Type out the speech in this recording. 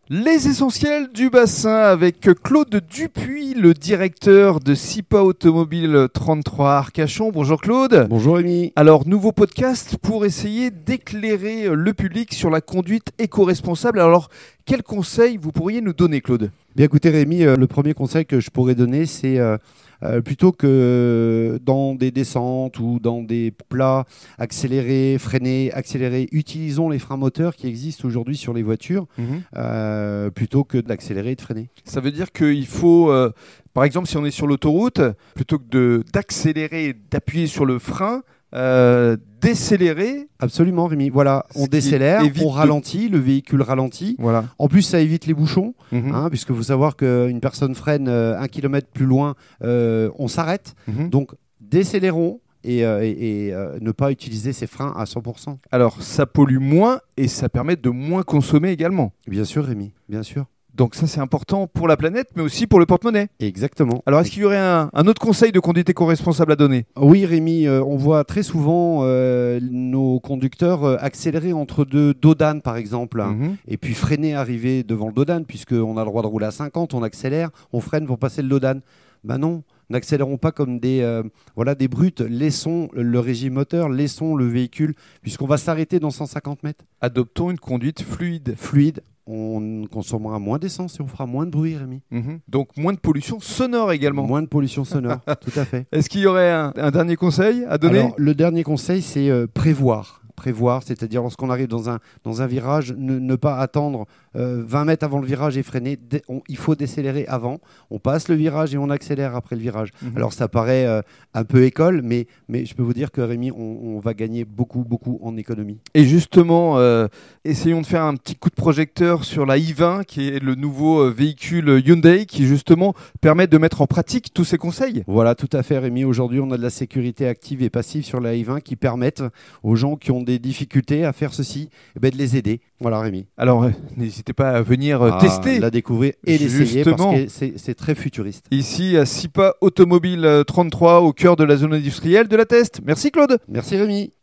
Les essentiels du bassin avec Claude Dupuis, le directeur de SIPA Automobile 33 Arcachon. Bonjour Claude. Bonjour Rémi. Alors, nouveau podcast pour essayer d'éclairer le public sur la conduite éco-responsable. Alors, quels conseils vous pourriez nous donner, Claude ? Bien écoutez Rémi, le premier conseil que je pourrais donner, c'est plutôt que dans des descentes ou dans des plats accélérés, freinés, accélérés, utilisons les freins moteurs qui existent aujourd'hui sur les voitures plutôt que d'accélérer et de freiner. Ça veut dire qu'il faut, par exemple, si on est sur l'autoroute, plutôt que d'accélérer et d'appuyer sur le frein, décélérer. Absolument Rémi, voilà, on décélère, on ralentit, le véhicule ralentit. Voilà. En plus ça évite les bouchons, puisque faut savoir qu'une personne freine 1 km plus loin, on s'arrête. Donc décélérons et ne pas utiliser ces freins à 100%. Alors ça pollue moins et ça permet de moins consommer également. Bien sûr Rémi, bien sûr. Donc ça, c'est important pour la planète, mais aussi pour le porte-monnaie. Exactement. Alors, est-ce qu'il y aurait un autre conseil de conduite éco-responsable à donner ? Oui, Rémi, on voit très souvent nos conducteurs accélérer entre deux dodanes, par exemple, et puis freiner, arriver devant le dodane, puisqu'on a le droit de rouler à 50, on accélère, on freine pour passer le dodane. Ben non, n'accélérons pas comme des brutes, laissons le régime moteur, laissons le véhicule, puisqu'on va s'arrêter dans 150 mètres. Adoptons une conduite fluide. Fluide. On consommera moins d'essence et on fera moins de bruit, Rémi. Donc moins de pollution sonore également. Moins de pollution sonore, tout à fait. Est-ce qu'il y aurait un dernier conseil à donner ? Alors, le dernier conseil, c'est prévoir. Prévoir, c'est-à-dire lorsqu'on arrive dans un virage, ne pas attendre 20 mètres avant le virage et freiner. Il faut décélérer avant. On passe le virage et on accélère après le virage. Alors ça paraît un peu école, mais je peux vous dire que Rémi, on va gagner beaucoup en économie. Et justement, essayons de faire un petit coup de projecteur sur la i20, qui est le nouveau véhicule Hyundai, qui justement permet de mettre en pratique tous ces conseils. Voilà, tout à fait Rémi. Aujourd'hui, on a de la sécurité active et passive sur la i20 qui permettent aux gens qui ont des difficultés à faire ceci, de les aider. Voilà Rémi. Alors, n'hésitez pas à venir tester. La découvrir et l'essayer parce que c'est très futuriste. Ici à SIPA Automobile 33, au cœur de la zone industrielle de la Teste. Merci Claude. Merci Rémi.